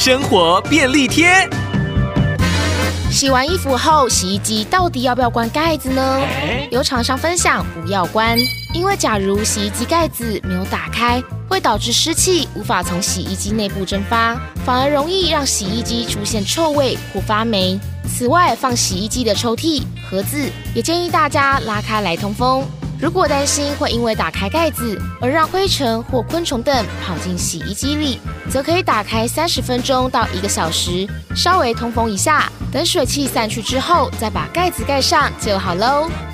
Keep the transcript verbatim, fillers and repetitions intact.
生活便利贴。 洗完衣服后，洗衣机到底要不要关盖子呢？有厂商分享不要关，因为假如洗衣机盖子没有打开，会导致湿气无法从洗衣机内部蒸发，反而容易让洗衣机出现臭味或发霉。此外，放洗衣机的抽屉、盒子也建议大家拉开来通风。如果担心会因为打开盖子而让灰尘或昆虫等跑进洗衣机里，则可以打开三十分钟到一个小时，稍微通风一下，等水汽散去之后，再把盖子盖上就好喽。